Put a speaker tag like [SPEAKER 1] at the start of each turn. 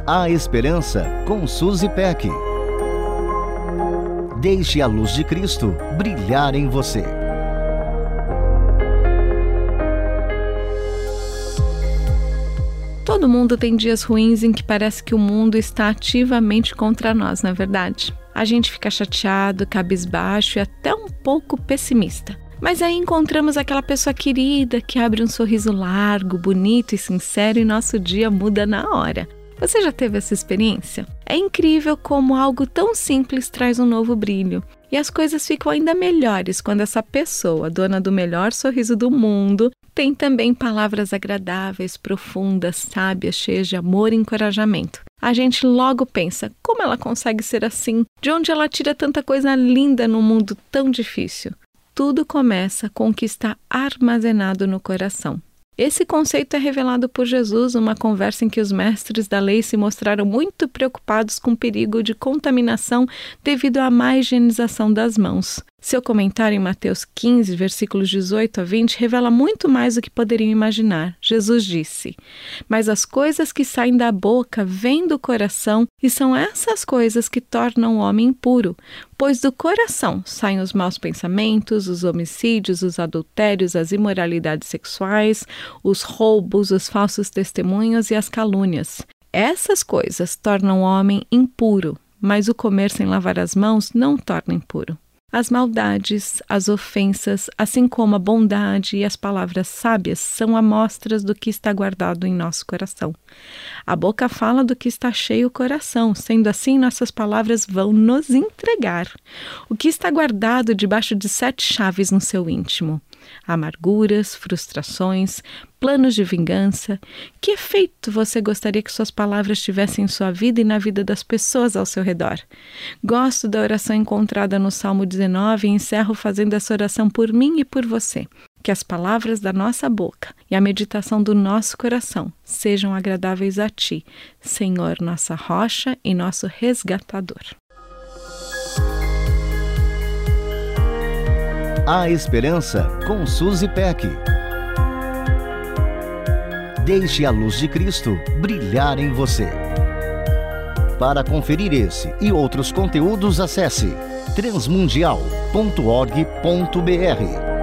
[SPEAKER 1] A Esperança, com Suzy Peck. Deixe a luz de Cristo brilhar em você.
[SPEAKER 2] Todo mundo tem dias ruins em que parece que o mundo está ativamente contra nós, não é verdade? A gente fica chateado, cabisbaixo e até um pouco pessimista. Mas aí encontramos aquela pessoa querida que abre um sorriso largo, bonito e sincero e nosso dia muda na hora. Você já teve essa experiência? É incrível como algo tão simples traz um novo brilho. E as coisas ficam ainda melhores quando essa pessoa, dona do melhor sorriso do mundo, tem também palavras agradáveis, profundas, sábias, cheias de amor e encorajamento. A gente logo pensa, como ela consegue ser assim? De onde ela tira tanta coisa linda num mundo tão difícil? Tudo começa com o que está armazenado no coração. Esse conceito é revelado por Jesus numa conversa em que os mestres da lei se mostraram muito preocupados com o perigo de contaminação devido à má higienização das mãos. Seu comentário em Mateus 15, versículos 18 a 20, revela muito mais do que poderiam imaginar. Jesus disse: "Mas as coisas que saem da boca vêm do coração, e são essas coisas que tornam o homem impuro. Pois do coração saem os maus pensamentos, os homicídios, os adultérios, as imoralidades sexuais, os roubos, os falsos testemunhos e as calúnias. Essas coisas tornam o homem impuro, mas o comer sem lavar as mãos não torna impuro. As maldades, as ofensas, assim como a bondade e as palavras sábias são amostras do que está guardado em nosso coração. A boca fala do que está cheio o coração, sendo assim nossas palavras vão nos entregar o que está guardado debaixo de 7 chaves no seu íntimo. Amarguras, frustrações, planos de vingança. Que efeito você gostaria que suas palavras tivessem em sua vida e na vida das pessoas ao seu redor? Gosto da oração encontrada no Salmo 19 e encerro fazendo essa oração por mim e por você. Que as palavras da nossa boca e a meditação do nosso coração sejam agradáveis a Ti, Senhor, nossa rocha e nosso resgatador.
[SPEAKER 1] A Esperança, com Suzy Peck. Deixe a luz de Cristo brilhar em você. Para conferir esse e outros conteúdos, acesse transmundial.org.br.